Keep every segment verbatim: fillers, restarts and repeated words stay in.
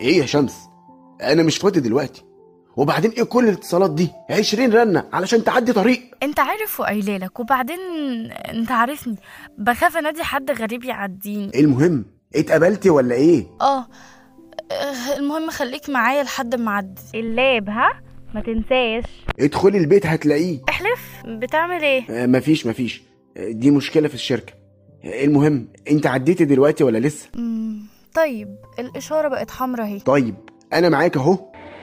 ايه يا شمس؟ انا مش فاضي دلوقتي، وبعدين ايه كل الاتصالات دي؟ عشرين رنة علشان تعدي طريق. انت عارف وقايلالك، وبعدين انت عارفني بخاف انادي حد غريب يعديني. ايه المهم؟ اتقبلتي ولا ايه؟ اه اه، المهم خليك معايا لحد ما اعدي اللاب، ها ما تنساش. ادخلي البيت هتلاقيه. احلف. بتعمل ايه؟ آه مفيش مفيش، آه دي مشكلة في الشركة. آه المهم انت عديتي دلوقتي ولا لسه؟ مم. طيب الاشارة بقت حمرا اهي. طيب انا معاك اهو.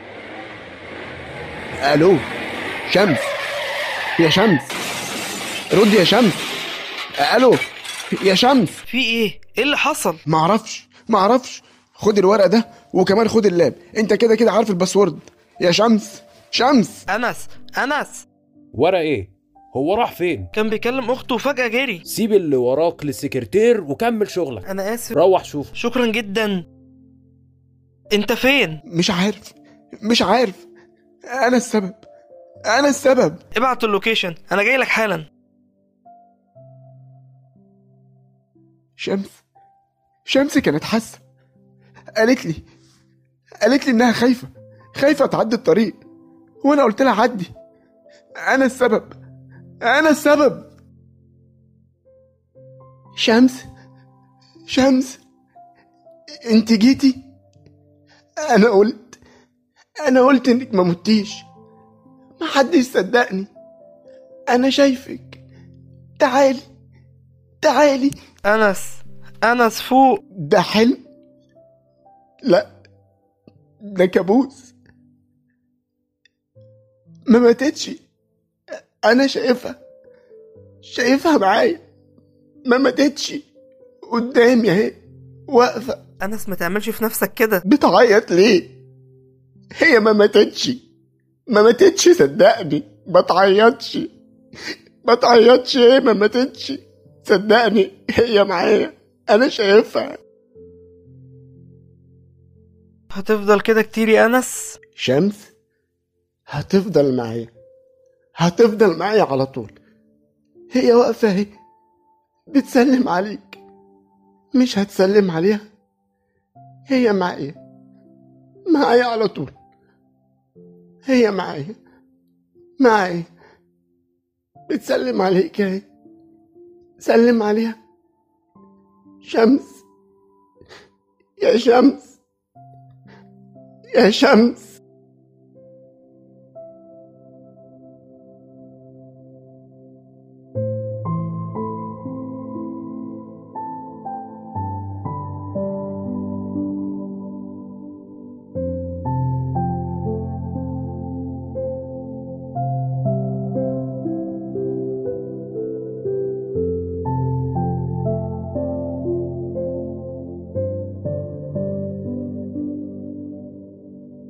الو شمس، يا شمس ردي يا شمس. الو يا شمس. في ايه؟ ايه اللي حصل؟ معرفش معرفش. خد الورق ده وكمان خد اللاب، انت كده كده عارف الباسورد. يا شمس شمس. انس انس ورا ايه؟ هو راح فين؟ كان بيكلم اخته وفجأة جري. سيب اللي وراك للسكرتير وكمل شغلك. انا اسف. روح شوف. شكرا جدا. انت فين؟ مش عارف مش عارف انا السبب انا السبب. ابعت اللوكيشن، انا جاي لك حالا. شمس شمس كانت حاسه، قالت لي قالت لي انها خايفه خايفه تعدي الطريق، وانا قلت لها عدي. انا السبب انا السبب. شمس شمس انت جيتي. انا قلت انا قلت انك ما متيش، ما حدش صدقني. انا شايفك، تعالي تعالي. انس انس فوق. ده حلم؟ لا ده كابوس. ما ماتتش، انا شايفها شايفها معايا، ما ماتتش، قدامي اهي واقفه. انس ما تعملش في نفسك كده. بتعيط ليه؟ هي ما ماتتش ما ماتتش صدقني، ما تعيطش ما تعيطش. هي ما ماتتش صدقني، هي معايا، انا شايفها. هتفضل كده كتير يا انس؟ شمس هتفضل معايا، هتفضل معايا على طول. هي واقفة اهي بتسلم عليك، مش هتسلم عليها؟ هي معايا معايا على طول، هي معايا معايا بتسلم عليك اهي، سلم عليها. شمس يا شمس يا شمس.